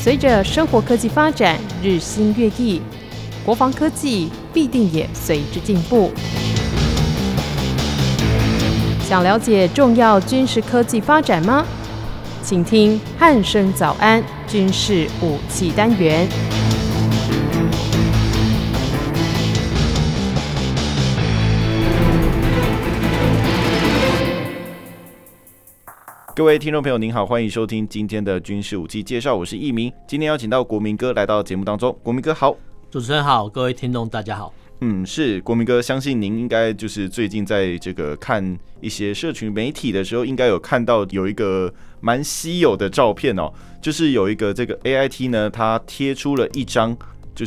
随着生活科技发展日新月异，国防科技必定也随之进步。想了解重要军事科技发展吗？请听汉声早安军事武器单元。 各位听众朋友您好，欢迎收听今天的军事武器介绍，我是易明。今天邀请到国民哥来到节目当中，国民哥好。 主持人好，各位听众大家好。 是国民哥，相信您应该就是最近在这个看一些社群媒体的时候，应该有看到有一个蛮稀有的照片哦，就是有一个这个 AIT 呢，它贴出了一张就是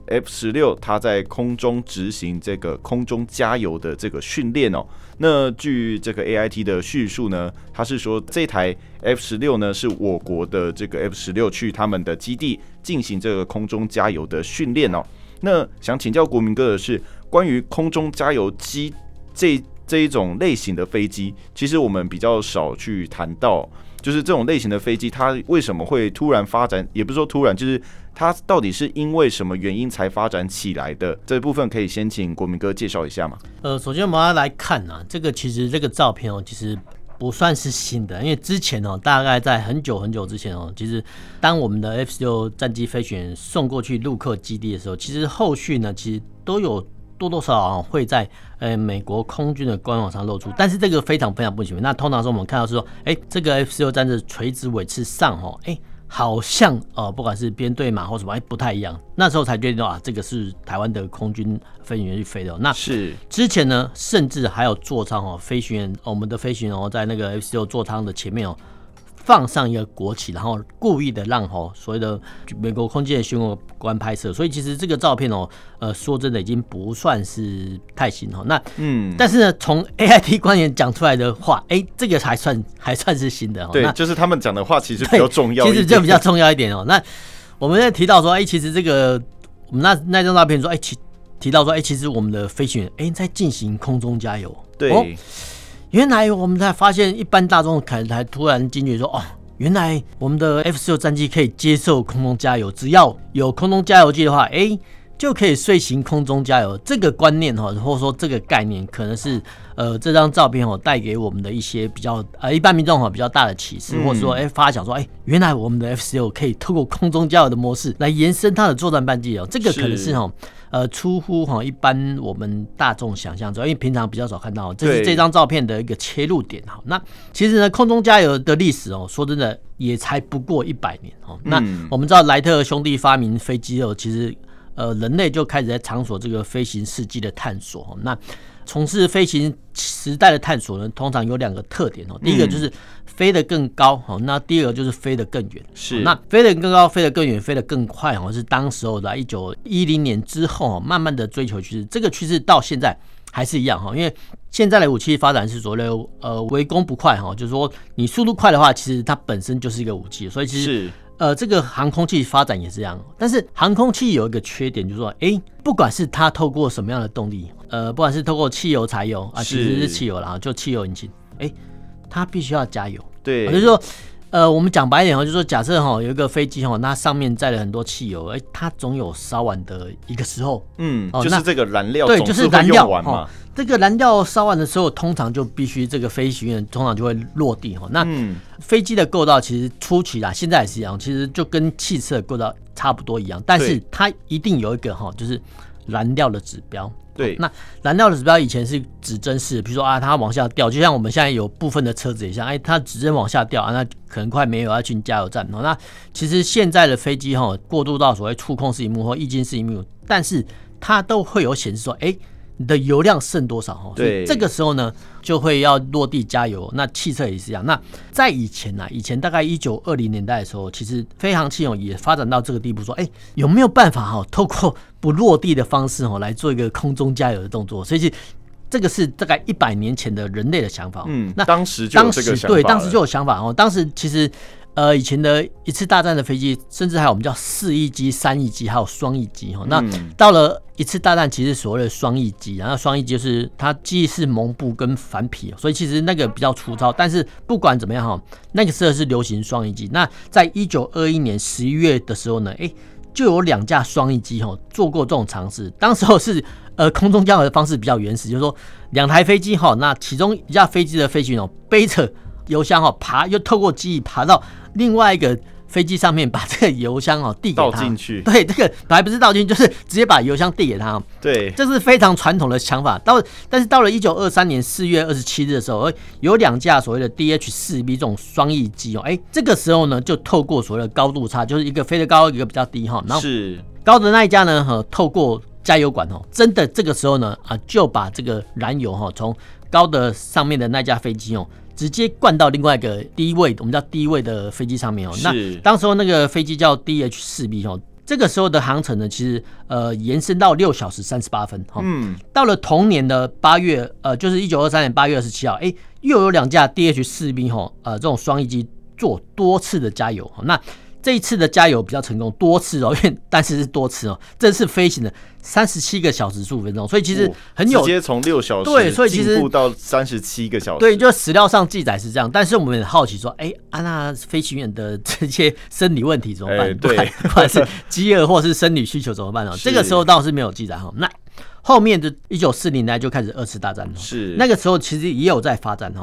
F-16 它在空中执行这个空中加油的这个训练哦。那据这个 AIT 的叙述呢，它是说这台 F-16 呢是我国的这个 F-16去他们的基地进行这个空中加油的训练哦。那想请教国民哥的是，关于空中加油机这一种类型的飞机，其实我们比较少去谈到，就是这种类型的飞机，它为什么会突然发展？也不是说突然，就是它到底是因为什么原因才发展起来的？这部分可以先请国民哥介绍一下吗？ 首先我们要来看啊，其实这个照片哦，其实不算是新的，因为之前哦，大概在很久很久之前哦，其实当我们的 F-16 战机飞行员送过去陆客基地的时候，其实后续呢，其实都有多多少少会在美国空军的官网上露出，但是这个非常非常不行。那通常说我们看到是说，这个 F-16 战机垂直尾翅上哦，好像不管是编队码或什么，不太一样。那时候才决定啊，这个是台湾的空军飞行员去飞的。那是之前呢，甚至还有座舱哦，飞行员我们的飞行员在那个 F-16 座舱的前面哦，放上一个国旗，然后故意的让所谓的美国空军的巡逻官拍摄。所以其实这个照片说真的已经不算是太新那但是呢，从 AIT 官员讲出来的话，这个还算是新的对，就是他们讲的话其实比较重要一点， 其实就比较重要一点那我们在提到说，其实这个我们那张照片说，提到说，其实我们的飞行员在进行空中加油。 对。 原来我们才发现，一般大众可能才突然惊觉说，原来我们的 F-16 战机可以接受空中加油，只要有空中加油机的话，就可以遂行空中加油。这个观念或者说这个概念，可能是这张照片带给我们的一些比较一般民众比较大的启示，或者说发想说，原来我们的 F-16 可以透过空中加油的模式来延伸它的作战班机这个可能是出乎一般我们大众想象中，因为平常比较少看到，这是这张照片的一个切入点那其实呢，空中加油的历史说真的也才不过100年那我们知道莱特兄弟发明飞机其实人类就开始在场所这个飞行事迹的探索那从事飞行时代的探索呢，通常有2个特点第一个就是飞得更高那第二个就是飞得更远。是那飞得更高、飞得更远、飞得更快是当时候的1910年之后慢慢的追求趋势。这个趋势到现在还是一样因为现在的武器发展是所谓的微攻不快就是说你速度快的话，其实它本身就是一个武器，所以其实这个航空器发展也是这样。但是航空器有一个缺点，就是说不管是它透过什么样的动力不管是透过汽油、柴油其实是汽油啦，就汽油引擎它必须要加油。对，就是说我们讲白一点就是说假设有一个飞机那上面载了很多汽油它总有烧完的一个时候就是这个燃料对，就是燃料完嘛这个燃料烧完的时候，通常就必须这个飞行员通常就会落地那飞机的构造其实初期现在也是一样，其实就跟汽车的构造差不多一样，但是它一定有一个就是燃料的指标。对，那燃料的指标以前是指针式，比如说它往下掉，就像我们现在有部分的车子也像，它指针往下掉那可能快没有要去加油站那其实现在的飞机过渡到所谓触控式萤幕或液晶式萤幕，但是它都会有显示说，你的油量剩多少所以这个时候呢，就会要落地加油。那汽车也是一样。那在以前大概1920年代的时候，其实飞航器也发展到这个地步，说有没有办法透过不落地的方式来做一个空中加油的动作？所以这个是大概100年前的人类的想法。 那当时就有这个想法了。 对，当时就有想法当时其实以前的一次大战的飞机，甚至还有我们叫4翼机、3翼机，还有双翼机。那到了一次大战，其实所谓的双翼机，然后双翼机就是它机是蒙布跟反匹，所以其实那个比较粗糙。但是不管怎么样那个时候是流行双翼机。那在1921年11月的时候呢，就有2架双翼机做过这种尝试。当时候是空中加油的方式比较原始，就是说2台飞机那其中一架飞机的飞行员背着油箱又透过机翼爬到另外一个飞机上面，把这个油箱递给他， 倒进去。 对，这个还不是倒进去，就是直接把油箱递给他。 对， 这是非常传统的想法。但是到了1923年4月27日的时候，有2架所谓的 DH-4B 这种双翼机这个时候呢，就透过所谓的高度差，就是一个飞得高，一个比较低然后是高的那一架呢，透过加油管真的这个时候呢就把这个燃油从高的上面的那架飞机直接灌到另外一个低位，我们叫低位的飞机上面那当时候那个飞机叫 DH-4B 这个时候的航程呢，其实延伸到6小时38分到了同年的8月就是1923年8月27号又有2架 DH-4B 这种双翼机做多次的加油那这一次的加油比较成功，多次因为但是多次这次飞行了37个小时15分钟，所以其实很有直接从6小时对，所以其实进步到37个小时。 对，就史料上记载是这样，但是我们很好奇说，那飞行员的这些生理问题怎么办？ 对， 不管是饥饿或是生理需求怎么办这个时候倒是没有记载那后面的1940年代就开始2次大战是那个时候其实也有在发展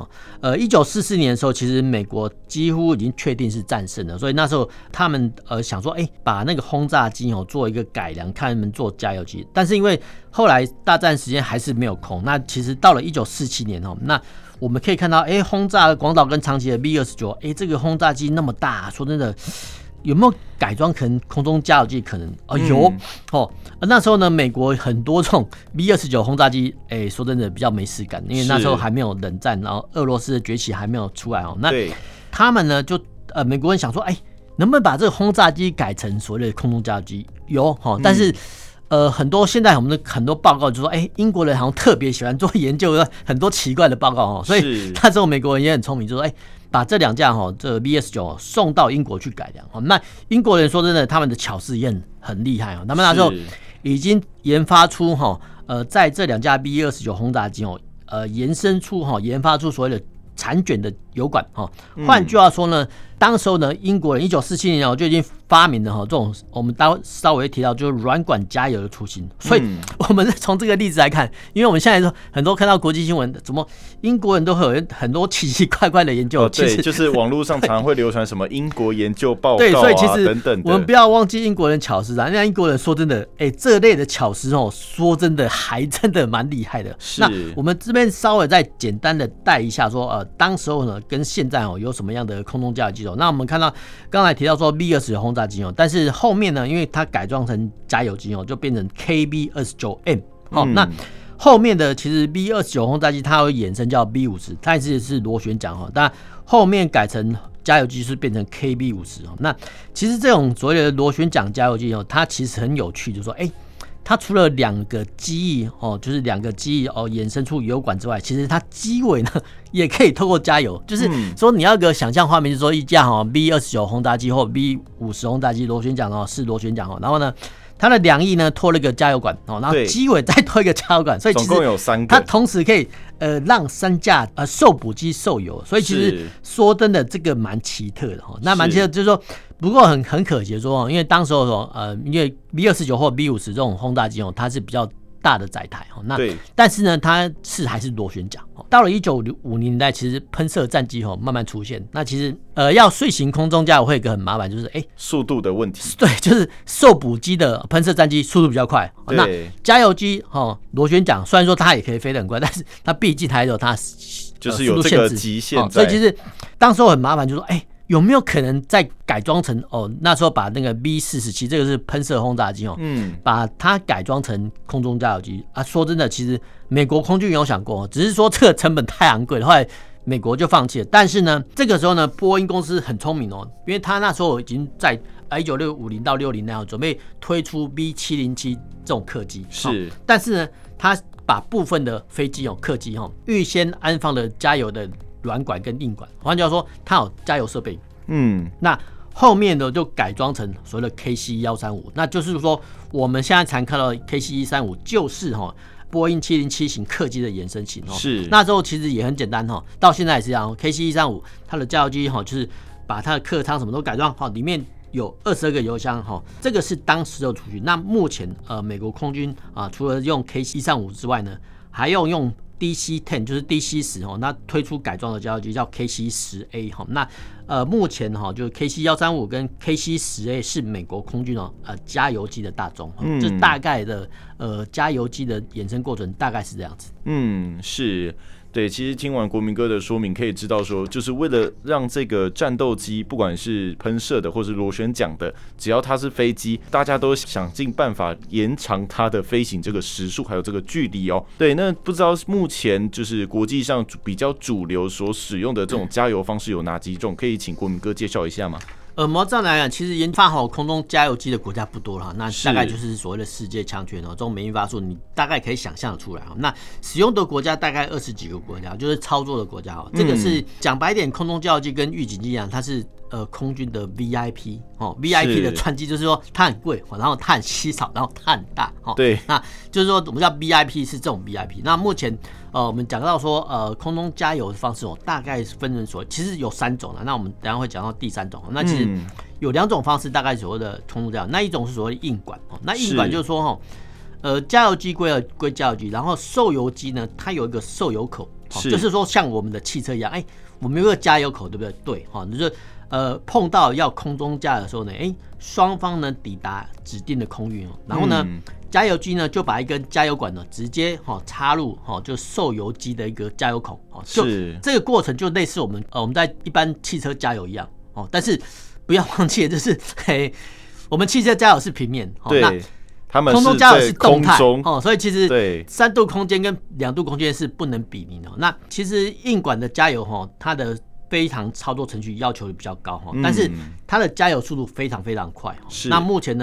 1944年的时候，其实美国几乎已经确定是战胜了，所以那时候他们想说把那个轰炸机做一个改良，看他们做加油机，但是因为后来大战时间还是没有空，那其实到了1947年那我们可以看到轰炸广岛跟长崎的 B-29这个轰炸机那么大，说真的有没有改装成空中加油机？可能有那时候呢，美国很多这种 B-29轰炸机，说真的比较没事干，因为那时候还没有冷战，然后俄罗斯的崛起还没有出来那他们呢就美国人想说，能不能把这个轰炸机改成所谓的空中加油机？有但是现在我们的很多报告就说，英国人好像特别喜欢做研究，很多奇怪的报告所以那时候美国人也很聪明，就说把这2架这个 B-29送到英国去改良那英国人说真的，他们的巧思也很厉害他们那时候已经研发出在这2架 B-29轰炸机研发出所谓的残卷的油管换句话说呢，当时候呢，英国人1947年就已经发明了这种我们稍微提到就是软管加油的雏形，所以我们从这个例子来看，因为我们现在很多看到国际新闻，怎么英国人都会有很多奇奇怪怪的研究， 对，就是网络上常会流传什么英国研究报告对，所以其实等等的， 我们不要忘记英国人巧思人家英国人说真的，这类的巧思说真的还真的蛮厉害的。那我们这边稍微再简单的带一下说，当时候呢跟现在有什么样的空中加油机那我们看到刚才提到说 B-29轰炸机但是后面呢，因为它改装成加油机就变成 KB-29M那后面的其实 B-29轰炸机它会衍生叫 B-50，它也是螺旋桨但后面改成加油机是变成 KB-50那其实这种所谓的螺旋桨加油机它其实很有趣，就是说它除了2个机翼就是2个机翼衍生出油管之外，其实它机尾呢也可以透过加油，就是说你要有个想象画面，就是说一架B-29轰炸机或 B-50轰炸机螺旋桨是螺旋桨然后呢它的2翼呢拖了一个加油管然后机尾再拖一个加油管，所以其实总共有3个， 它同时可以让3架受补机受油，所以其实说真的这个蛮奇特的那蛮奇特就是说，不过很可惜说，因为当时候因为 B-29或 B-50这种轰炸机它是比较大的载台那但是呢它还是螺旋桨到了1950年代，其实喷射战机慢慢出现，那其实要遂行空中加油会有一个很麻烦，就是速度的问题， 对，就是受补机的喷射战机速度比较快那加油机螺旋桨虽然说它也可以飞得很快，但是它毕竟还有它就是有这个极限所以其实当时候很麻烦，就是说有没有可能再改装成那时候把那个 B-47这个是喷射轰炸机把它改装成空中加油机说真的，其实美国空军有想过，只是说这个成本太昂贵了，后来美国就放弃了。但是呢，这个时候呢，波音公司很聪明因为他那时候已经在1950到60年准备推出 B-707这种客机是但是呢，他把部分的飞机客机预先安放了加油的软管跟硬管，换句话说，它有加油设备那后面的就改装成所谓的 KC-135，那就是说我们现在常看到 KC-135就是波音707型客机的衍生型是。 那时候其实也很简单到现在也是这样，KC-135它的加油机就是把它的客舱什么都改装里面有22个油箱这个是当时的储蓄。那目前美国空军除了用 KC-135之外呢，还要用DC-10 就是 DC-10那推出改装的加油机叫 KC-10A 那目前就是 KC-135跟 KC-10A 是美国空军加油机的大宗这大概的加油机的衍生过程大概是这样子。 是。对，其实听完国民哥的说明，可以知道说，就是为了让这个战斗机，不管是喷射的或是螺旋桨的，只要它是飞机，大家都想尽办法延长它的飞行这个时速还有这个距离哦。对，那不知道目前就是国际上比较主流所使用的这种加油方式有哪几种？可以请国民哥介绍一下吗？ 某这样来讲，其实研发好空中加油机的国家不多了，那大概就是所谓的世界强权这种美英法数，你大概可以想象得出来。那使用的国家大概20几个国家，就是操作的国家这个是讲白点，空中加油机跟预警机一样，它是空军的 VIP，VIP 的专机就是说它很贵，然后它很稀少，然后它很大对， 那就是说我们叫 VIP 是这种 VIP。那目前我们讲到说空中加油的方式大概分成其实有3种那我们等一下会讲到第3种。那其实有2种方式，大概所谓的空中加油，那一种是所谓的硬管那硬管就是说加油机归加油机，然后受油机呢它有一个受油口就是说像我们的汽车一样，我们有个加油口，对不对？对就是碰到要空中加油的时候呢，双方呢抵达指定的空域然后呢加油机呢就把一根加油管呢直接插入就受油机的一个加油孔就这个过程就类似我们在一般汽车加油一样但是不要忘记就是我们汽车加油是平面对， 那他们空中加油是动态所以其实对 3度空间跟2度空间是不能比拟的那其实硬管的加油它的非常操作程序要求比较高但是它的加油速度非常非常快那目前呢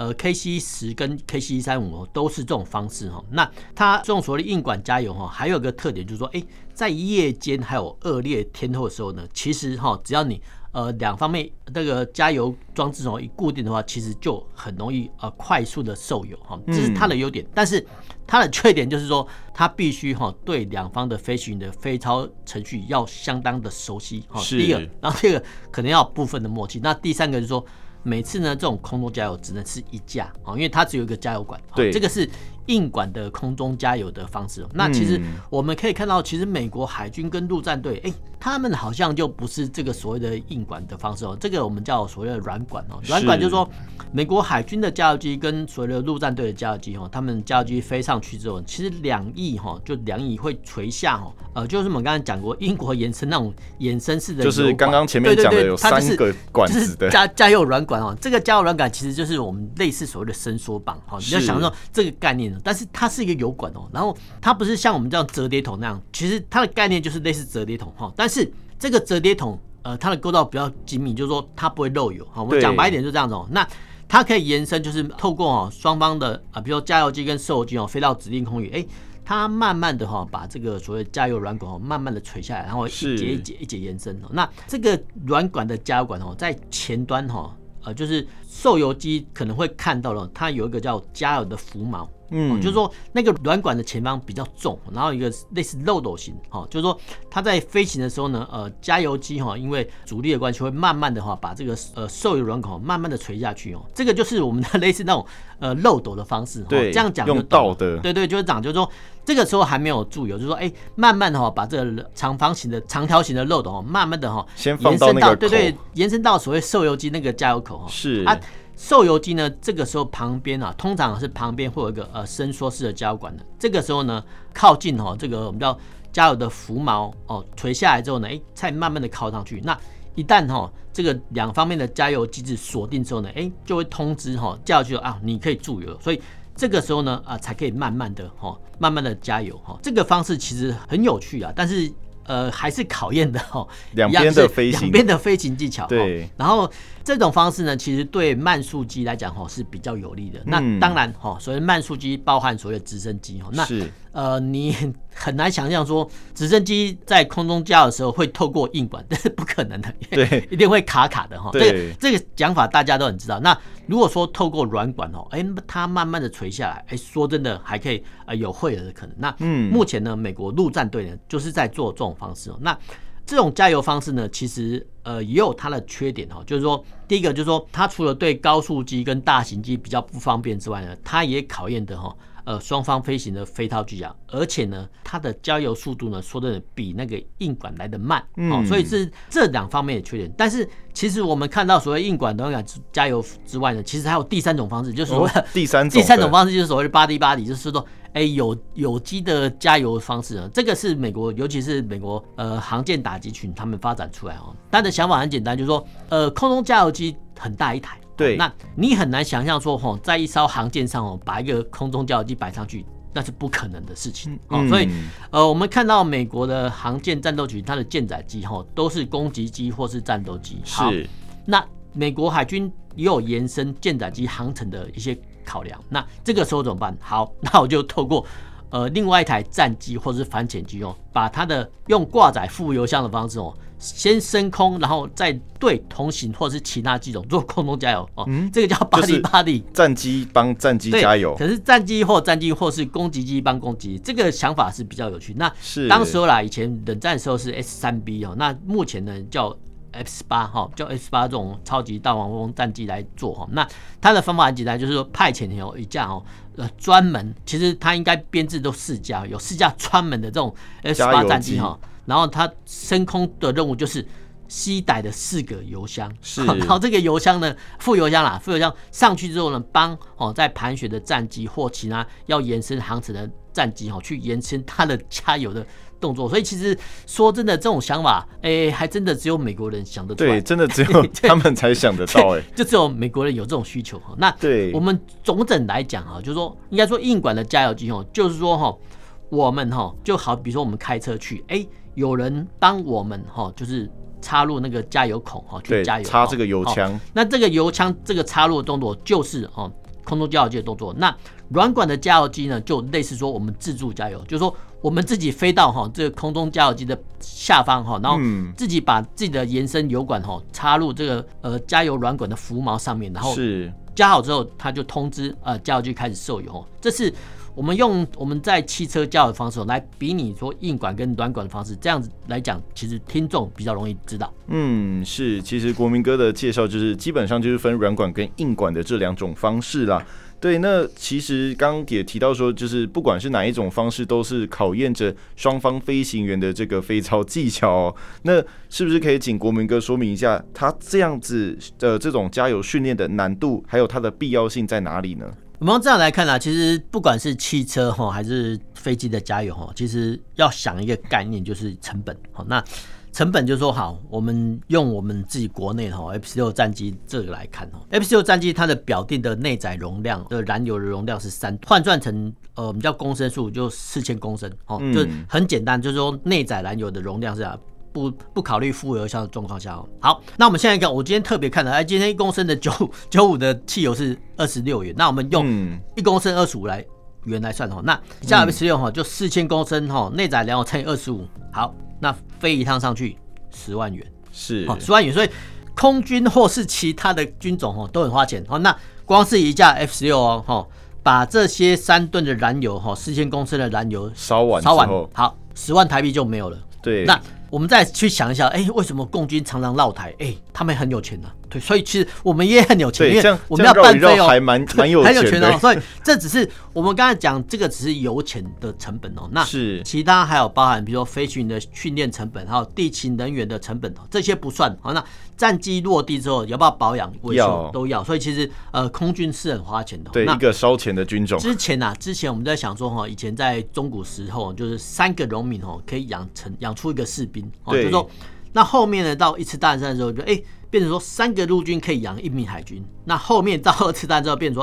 KC-10跟 KC-135都是这种方式那它这种所谓的硬管加油还有一个特点就是说在夜间还有恶劣天候的时候呢，其实只要你2方面这个加油装置一固定的话，其实就很容易快速的受油这是它的优点。但是它的缺点就是说，它必须对2方的飞行的飞操程序要相当的熟悉第一个，然后第二个可能要有部分的默契。那第3个就是说，每次呢这种空中加油只能是一架因为它只有一个加油管这个是硬管的空中加油的方式那其实我们可以看到，其实美国海军跟陆战队他们好像就不是这个所谓的硬管的方式这个我们叫所谓的软管软管就是说美国海军的加油机跟所谓的陆战队的加油机他们加油机飞上去之后，其实2翼就2翼会垂下就是我们刚才讲过英国延伸那种衍生式的油管， 就是刚刚前面讲的有3个管子的加油软管这个加油软管其实就是我们类似所谓的伸缩棒你要想到这个概念但是它是一个油管然后它不是像我们这样折叠筒那样，其实它的概念就是类似折叠筒但是这个折叠筒它的构造比较精密，就是说它不会漏油我们讲白一点就这样子那它可以延伸，就是透过双方的比如说加油机跟受油机飞到指定空域它慢慢的把这个所谓加油软管慢慢的垂下来，然后一节一节延伸那这个软管的加油管在前端就是受油机可能会看到了，它有一个叫加油的浮锚就是说那个软管的前方比较重，然后一个类似漏斗型就是说它在飞行的时候呢加油机因为阻力的关系会慢慢的把这个受油软管慢慢的垂下去这个就是我们的类似那种漏斗的方式对， 这样讲就用倒的对就是讲就是说这个时候还没有注油，就是说慢慢的把这个长条形的漏斗慢慢的先放到那个口对延伸到所谓受油机那个加油口是受油机呢，这个时候旁边通常是旁边会有一个伸缩式的加油管的。这个时候呢，靠近这个我们叫加油的浮锚垂下来之后呢，再慢慢的靠上去。那一旦这个2方面的加油机制锁定之后呢，就会通知加油机你可以注油，所以这个时候呢才可以慢慢的加油这个方式其实很有趣但是还是考验的两边的飞行技巧对， 然后这种方式呢，其实对慢速机来讲是比较有利的。那当然所谓慢速机包含所谓的直升机那是你很难想象说直升机在空中加油的时候会透过硬管，这是不可能的， 对， 一定会卡卡的哈。这个讲法大家都很知道。那如果说透过软管哦，它慢慢的垂下来，说真的还可以有汇合的可能。那目前呢，美国陆战队呢就是在做这种方式哦。那这种加油方式呢，其实也有它的缺点哈，就是说第一个就是说它除了对高速机跟大型机比较不方便之外呢，它也考验的哈。双方飞行的飞套技巧，而且呢，它的加油速度呢，说真的比那个硬管来得慢，所以是这两方面的缺点。但是其实我们看到所谓硬管、软管加油之外呢，其实还有第三种方式，就是所谓的第三种方式，就是所谓的 body body， 就是说，有机的加油方式呢，这个是美国，尤其是美国航舰打击群他们发展出来哦。他的想法很简单，就是说，空中加油机很大一台。对，那你很难想象说，在一艘航舰上把一个空中加油机摆上去，那是不可能的事情。所以，我们看到美国的航舰战斗群，它的舰载机都是攻击机或是战斗机。是，那美国海军也有延伸舰载机航程的一些考量。那这个时候怎么办？好，那我就透过另外一台战机或者是反潜机把它的用挂载副油箱的方式先升空，然后再对同行或者是其他机种做空中加油这个叫 body body， 战机帮战机加油。 可是战机或是攻击机帮攻击，这个想法是比较有趣。那当时候啦，以前冷战的时候是 S3B 那目前呢叫 F18叫 F18 这种超级大黄蜂战机来做那它的方法很简单，就是说派遣有一架专门，其实它应该编制都4架，有4架专门的这种 F18 战机然后它升空的任务就是携带的4个油箱，然后这个油箱呢，副油箱上去之后呢，帮在盘旋的战机或其他要延伸航程的战机去延伸它的加油的动作。所以其实说真的，这种想法，还真的只有美国人想得出来， 对，真的只有他们才想得到， 就只有美国人有这种需求。那我们总整来讲就是说，应该说硬管的加油机就是说我们就好比说我们开车去，有人帮我们就是插入那个加油孔去加油， 插这个油枪。 那这个油枪这个插入的动作就是空中加油机的动作。那软管的加油机呢，就类似说我们自助加油，就是说我们自己飞到这个空中加油机的下方然后自己把自己的延伸油管插入这个加油软管的浮毛上面，然后加好之后，它就通知加油机开始受油。这是我们用我们在汽车加油的方式来比拟说硬管跟软管的方式，这样子来讲，其实听众比较容易知道。 是，其实国民哥的介绍就是基本上就是分软管跟硬管的这2种方式啦。对，那其实刚刚也提到说，就是不管是哪一种方式，都是考验着双方飞行员的这个飞操技巧那是不是可以请国民哥说明一下，他这样子的这种加油训练的难度，还有它的必要性在哪里呢？ 我们这样来看其实不管是汽车还是飞机的加油其实要想一个概念，就是成本。那成本就是说，好，我们用我们自己国内F16 战机这个来看F16 战机它的表定的内载容量的燃油的容量是3，换算成我们叫公升数就4000公升就很简单，就是说内载燃油的容量是不考虑副油箱的状况下好，那我们现在看，我今天特别看了，今天1公升的95的汽油是26元，那我们用1公升25元来算那加 F16 就4000公升内载燃油乘以25，好，那飞一趟上去10万元， 是 10万元，所以空军或是其他的军种都很花钱那光是一架 F16 把这些3吨的燃油4000公升的燃油烧完之后， 好，10万台币就没有了。 对， 那我们再去想一下，为什么共军常常绕台？他们很有钱对，所以其实我们也很有钱，因为我们要办飞还蛮有钱的所以这只是我们刚才讲，这个只是油钱的成本那是其他还有包含比如说飞行的训练成本，还有地勤人员的成本这些不算那战机落地之后要不要保养维修都要，所以其实空军是很花钱的。 对，一个烧钱的军种。 之前我们在想说以前在中古时候就是3个农民可以养出一个士兵就是说那后面呢到1次大战的时候就变成说3个陆军可以养1名海军，那后面到2次大战之后变成说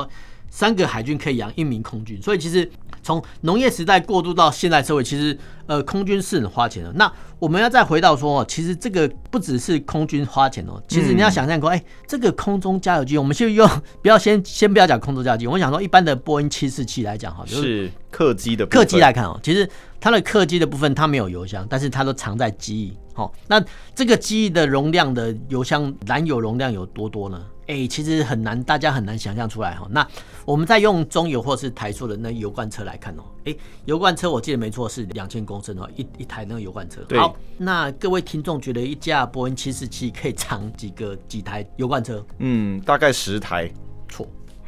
3个海军可以养1名空军，所以其实从农业时代过渡到现代社会，其实空军是很花钱的。那我们要再回到说，其实这个不只是空军花钱哦，其实你要想象过，这个空中加油机，我们先用不要先不要讲空中加油机，我想说一般的波音747来讲哈， 就是客机的部分，客机来看哦，其实它的客机的部分它没有油箱，但是它都藏在机翼。那这个机翼的容量的油箱燃油容量有多呢？其实大家很难想象出来。那我们再用中油或是台塑的那油罐车来看油罐车我记得没错是2000公升一台那个油罐车。好，那各位听众觉得一架波音747可以藏几台油罐车？ 大概10台。 错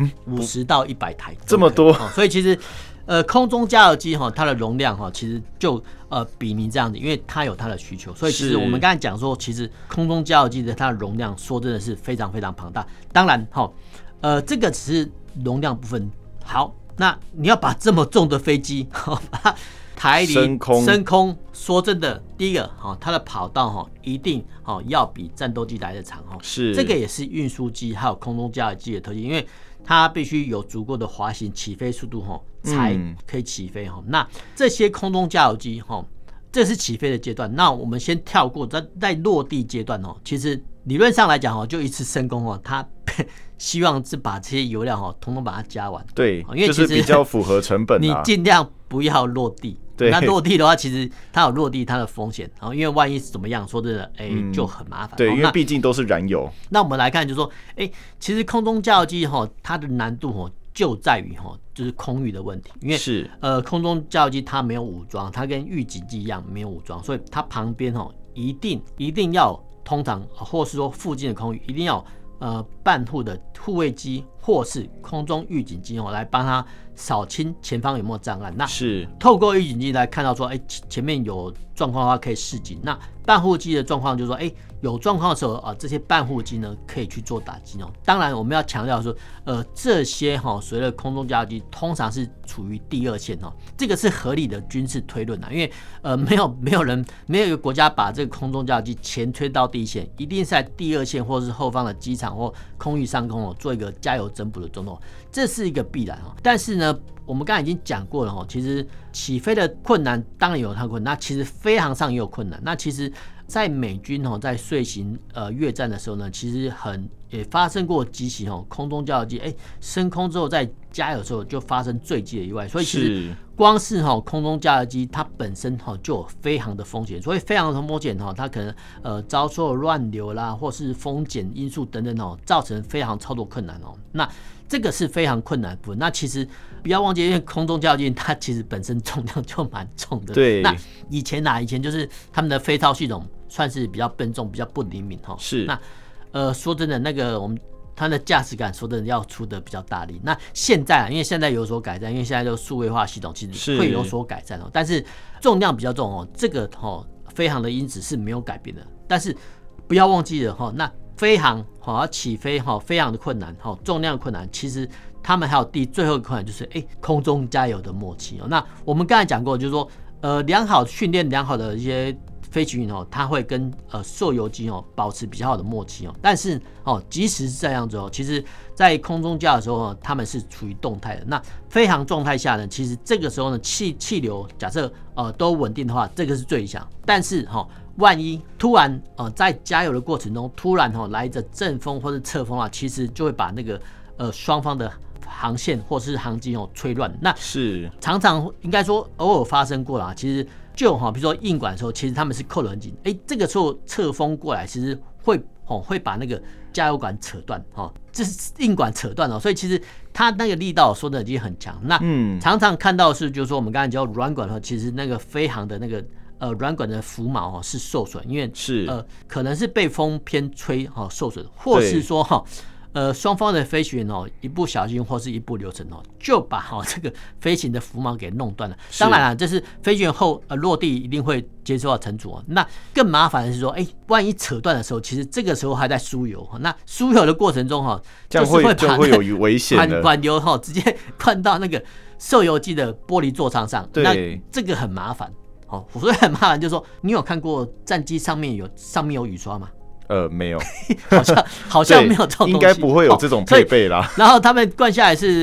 ，50到100台， 这么多。 所以其实空中加油机它的容量其实就比拟这样子，因为它有它的需求，所以其实我们刚才讲说，其实空中加油机的它的容量说真的是非常非常庞大。当然这个只是容量部分。好，那你要把这么重的飞机把它抬离升空，说真的，第一个它的跑道一定要比战斗机来的长是这个也是运输机还有空中加油机的特性，因为它必须有足够的滑行起飞速度才可以起飞那这些空中加油机这是起飞的阶段，那我们先跳过在落地阶段其实理论上来讲就一次升空它希望是把这些油料统统把它加完。 对， 因为就是比较符合成本你尽量不要落地。那落地的话，其实它有落地它的风险因为万一是怎么样，说真的就很麻烦。 对，因为毕竟都是燃油。 那我们来看就是说其实空中加油机它的难度就在于就是空域的问题，因为是空中加油机它没有武装，它跟预警机一样没有武装，所以它旁边一定要通常或是说附近的空域一定要半护的护卫机或是空中预警机来帮它扫清前方有没有障碍。那是透过预警机来看到说前面有状况的话可以示警。那半护机的状况就是说有状况的时候这些半护机呢可以去做打击当然我们要强调说这些所谓的空中加油机通常是处于第2线这个是合理的军事推论因为没有一个国家把这个空中加油机前推到第1线，一定是在第2线或是后方的机场或空域上空做一个加油增补的动作，这是一个必然但是呢我们刚才已经讲过了其实起飞的困难当然有它的困难，那其实飞航上也有困难。那其实在美军在遂行越战的时候呢，其实也发生过几起空中加油机升空之后在加油的时候就发生坠机的意外，所以其实光是空中加油机它本身就有飞航的风险，所以飞航的风险它可能遭受乱流啦，或是风险因素等等造成飞航操作困难那这个是非常困难的部分。那其实不要忘记，因为空中加油机它其实本身重量就蛮重的。 对。 那以前就是他们的飞套系统算是比较笨重、比较不灵敏是。 那说真的，那个它的驾驶感说真的要出的比较大力。那现在因为现在有所改善，因为现在就数位化系统其实会有所改善但是重量比较重这个飞航的因子是没有改变的。但是不要忘记了那飞航要起飞飞航的困难重量的困难，其实他们还有最后一个困难就是空中加油的默契那我们刚才讲过，就是说良好训练良好的一些飞行员他会跟受油机保持比较好的默契但是即使是这样子其实在空中加油的时候他们是处于动态的。那飞行状态下呢，其实这个时候呢气流假设都稳定的话，这个是最理想。但是万一突然在加油的过程中突然来着阵风或是侧风其实就会把那个双方的航线或是航机吹乱。那是常常应该说偶尔发生过啦。其实就比如说硬管的时候，其实他们是扣得很紧，这个时候侧风过来，其实会把那个加油管扯断这是硬管扯断所以其实它那个力道说的已经很强。那常常看到的是就是说我们刚才讲软管的话，其实那个飞航的那个软管的浮毛是受损，因为是可能是被风偏吹受损，或是说双方的飞行员一不小心或是一不留神就把这个飞行的浮毛给弄断了。当然了，这是飞行员后落地一定会接受到惩处那更麻烦的是说万一扯断的时候，其实这个时候还在输油那输油的过程中这样就会有危险的管油直接灌到那个受油机的玻璃座舱上，那这个很麻烦所以很麻烦。就是说你有看过战机上面有雨刷吗？ 没有， 好像没有这种东西， 应该不会有这种配备啦。 然后他们灌下来是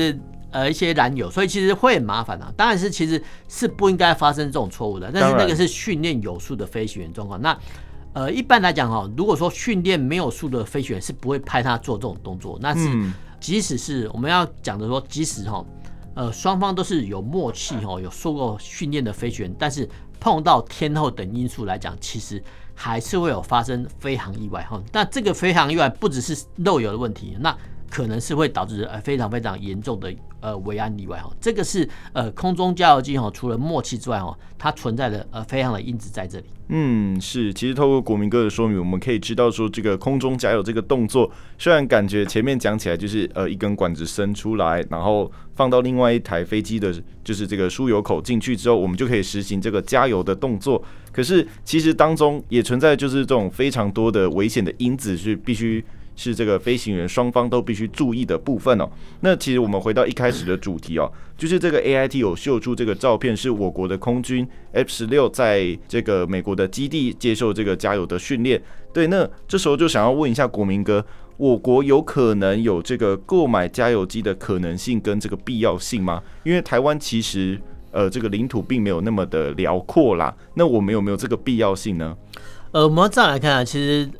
一些燃油，所以其实会很麻烦啊。当然是其实是不应该发生这种错误的，但是那个是训练有素的飞行员状况。那一般来讲如果说训练没有素的飞行员是不会派他做这种动作，那是即使是我们要讲的说，即使双方都是有默契有受过训练的飞行员，但是碰到天候等因素来讲，其实还是会有发生飞行意外那这个飞行意外不只是漏油的问题，那可能是会导致非常非常严重的危安意外这个是空中加油机除了默契之外它存在的飞行的因子在这里。 是，其实透过国民哥的说明，我们可以知道说，这个空中加油这个动作，虽然感觉前面讲起来就是一根管子伸出来，然后放到另外一台飞机的，就是这个输油口进去之后，我们就可以实行这个加油的动作。可是其实当中也存在就是这种非常多的危险的因子，是必须是这个飞行员双方都必须注意的部分那其实我们回到一开始的主题就是这个 AIT 有秀出这个照片，是我国的空军 F-16在这个美国的基地接受这个加油的训练。对，那这时候就想要问一下国民哥，我国有可能有这个购买加油机的可能性跟这个必要性吗？因为台湾其实这个领土并没有那么的辽阔啦，那我们有没有这个必要性呢？ 我们这样来看其实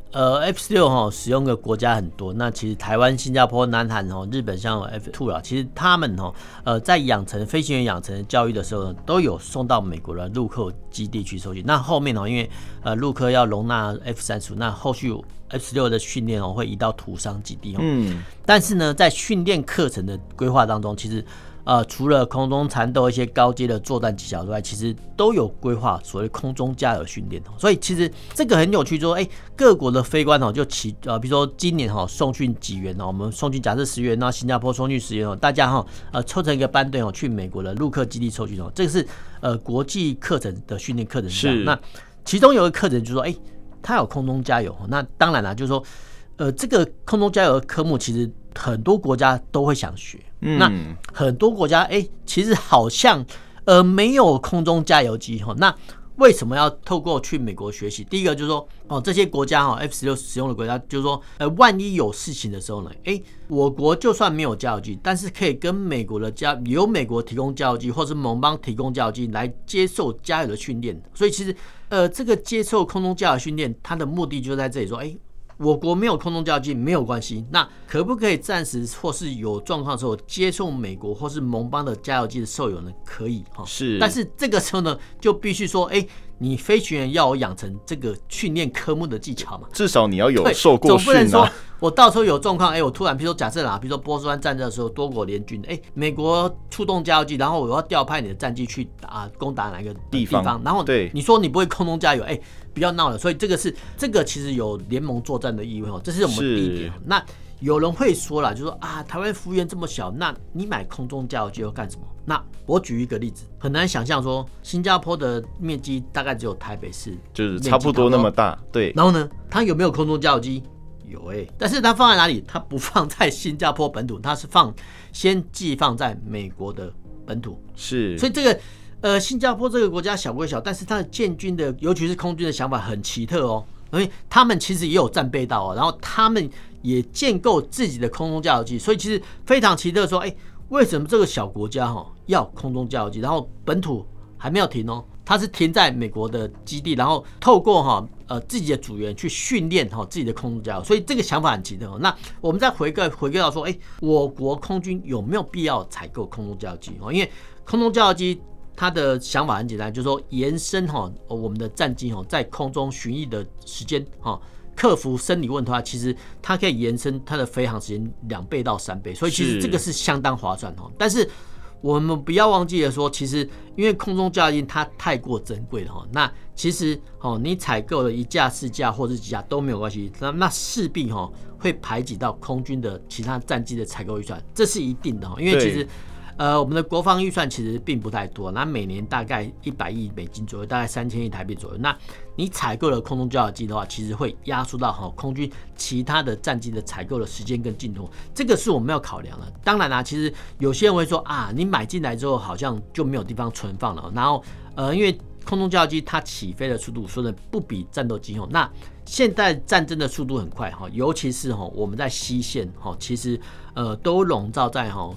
F-16使用的国家很多，那其实台湾、新加坡、南韩日本像 F-2 啦，其实他们在养成飞行员养成教育的时候都有送到美国的陆客基地去受训。那后面因为陆客要容纳 F-35，那后续F-16的训练会移到土商基地但是呢，在训练课程的规划当中，其实除了空中缠斗一些高阶的作战技巧之外，其实都有规划所谓空中加油训练所以其实这个很有趣，说各国的飞官就比如说今年送训几员我们送训假设10员，那新加坡送训10员大家凑成一个班队去美国的陆客基地受训这个是国际课程的训练课程是。那其中有一个课程就是说它有空中加油那当然啦，就是说这个空中加油的科目其实很多国家都会想学那很多国家其实好像没有空中加油机那为什么要透过去美国学习？第一个就是说这些国家F-16使用的国家，就是说万一有事情的时候呢我国就算没有加油机，但是可以跟美国的由美国提供加油机，或是盟邦提供加油机来接受加油的训练。所以其实这个接受空中加油训练，它的目的就在这里说我国没有空中加油机没有关系，那可不可以暂时或是有状况的时候接受美国或是盟邦的加油机的受油呢？可以是， 但是这个时候呢，就必须说你飞行员要有养成这个训练科目的技巧嘛， 至少你要有受过训总不能说我到时候有状况我突然比如说假设比如说波斯湾战争的时候多国联军美国出动加油机，然后我要调派你的战机去攻打哪个地方，然后你说你不会空中加油不要闹了。所以这个其实有联盟作战的意味这是我们第一点。那有人会说啦，就说台湾幅员这么小，那你买空中加油机要干什么？那我举一个例子，很难想象说新加坡的面积大概只有台北市， 就是差不多那么大，对。 然后呢，它有没有空中加油机？有但是它放在哪里？它不放在新加坡本土，它是先寄放在美国的本土。 是， 所以这个新加坡这个国家小归小，但是它的建军的，尤其是空军的想法很奇特因为他们其实也有战备道然后他们也建构自己的空中加油机，所以其实非常奇特说为什么这个小国家要空中加油机，然后本土还没有停它是停在美国的基地，然后透过自己的组员去训练自己的空中加油，所以这个想法很奇特那我们再回归到说我国空军有没有必要采购空中加油机因为空中加油机他的想法很简单，就是说延伸我们的战机在空中巡弋的时间克服生理问题的话，其实它可以延伸它的飞行时间2倍到3倍，所以其实这个是相当划算但是我们不要忘记了说，其实因为空中加油机它太过珍贵了那其实你采购了1架4架或者几架都没有关系，那势必会排挤到空军的其他战机的采购预算，这是一定的因为其实我们的国防预算其实并不太多，那每年大概100亿美金左右，大概3000亿台币左右。那你采购了空中加油机的话，其实会压缩到空军其他的战机的采购的时间跟进度，这个是我们要考量的。当然其实有些人会说你买进来之后好像就没有地方存放了，然后因为空中加油机它起飞的速度说的不比战斗机那现在战争的速度很快尤其是我们在西线其实都笼罩在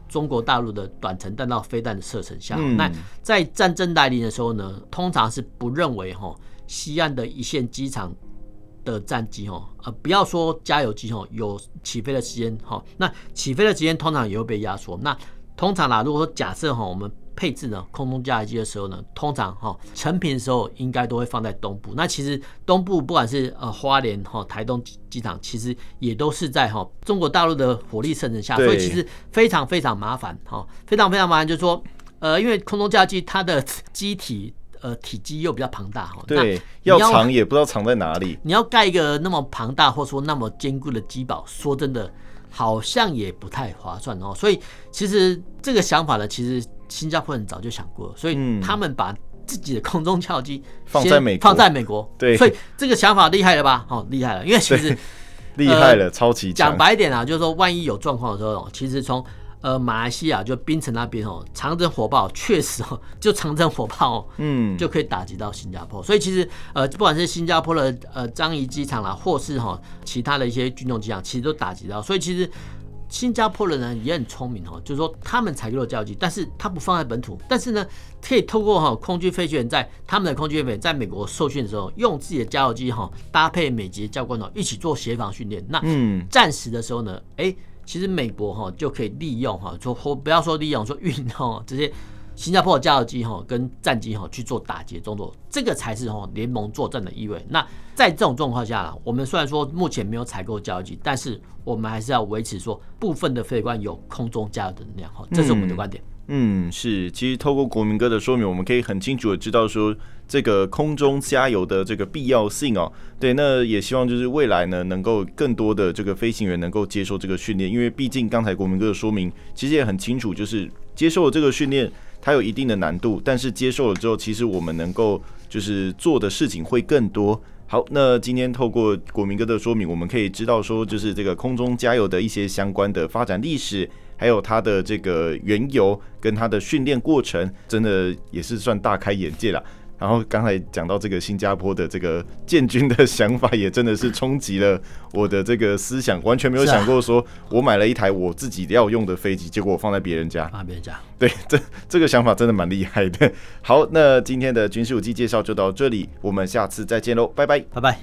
中国大陆的短程弹道飞弹的射程下。那在战争来临的时候呢，通常是不认为西岸的一线机场的战机不要说加油机有起飞的时间那起飞的时间通常也会被压缩。那通常啦，如果说假设我们配置呢空中加油机的时候呢，通常成品的时候应该都会放在东部。那其实东部不管是花莲台东机场，其实也都是在中国大陆的火力射程下，所以其实非常非常麻烦非常非常麻烦，就是说因为空中加油机它的机体体积又比较庞大对，要藏也不知道藏在哪里。 你要盖一个那么庞大或者说那么坚固的机堡，说真的好像也不太划算所以其实这个想法呢，其实新加坡人早就想过了，所以他们把自己的空中加油机放在美国， 对，所以这个想法厉害了吧？厉害了，因为其实厉害了，超级强。 讲白一点啊，就是说万一有状况的时候，其实从马来西亚就槟城那边长征火炮确实就长征火炮就可以打击到新加坡。所以其实不管是新加坡的樟宜机场啦，或是其他的一些军用机场，其实都打击到。所以其实新加坡人呢也很聪明就是说他们采购了加油机，但是他不放在本土，但是呢可以透过空军飞行员在他们的空军飞行员在美国受训的时候，用自己的加油机搭配美籍的教官一起做协防训练。那战时的时候呢，其实美国就可以利用不要说利用，说运这些新加坡的加油机跟战机去做打击的动作，这个才是联盟作战的意味。那在这种状况下，我们虽然说目前没有采购加油机，但是我们还是要维持说部分的飞官有空中加油的能量，这是我们的观点。 是，其实透过国民哥的说明，我们可以很清楚的知道说这个空中加油的这个必要性对，那也希望就是未来呢，能够更多的这个飞行员能够接受这个训练，因为毕竟刚才国民哥的说明其实也很清楚，就是接受了这个训练，它有一定的难度，但是接受了之后，其实我们能够就是做的事情会更多。好，那今天透过国民哥的说明，我们可以知道说，就是这个空中加油的一些相关的发展历史，还有它的这个缘由跟它的训练过程，真的也是算大开眼界啦。然后刚才讲到这个新加坡的这个建军的想法，也真的是冲击了我的这个思想，完全没有想过说我买了一台我自己要用的飞机，结果我放在别人家，对，这个想法真的蛮厉害的。好，那今天的军事武器介绍就到这里，我们下次再见喽，拜拜， 拜拜。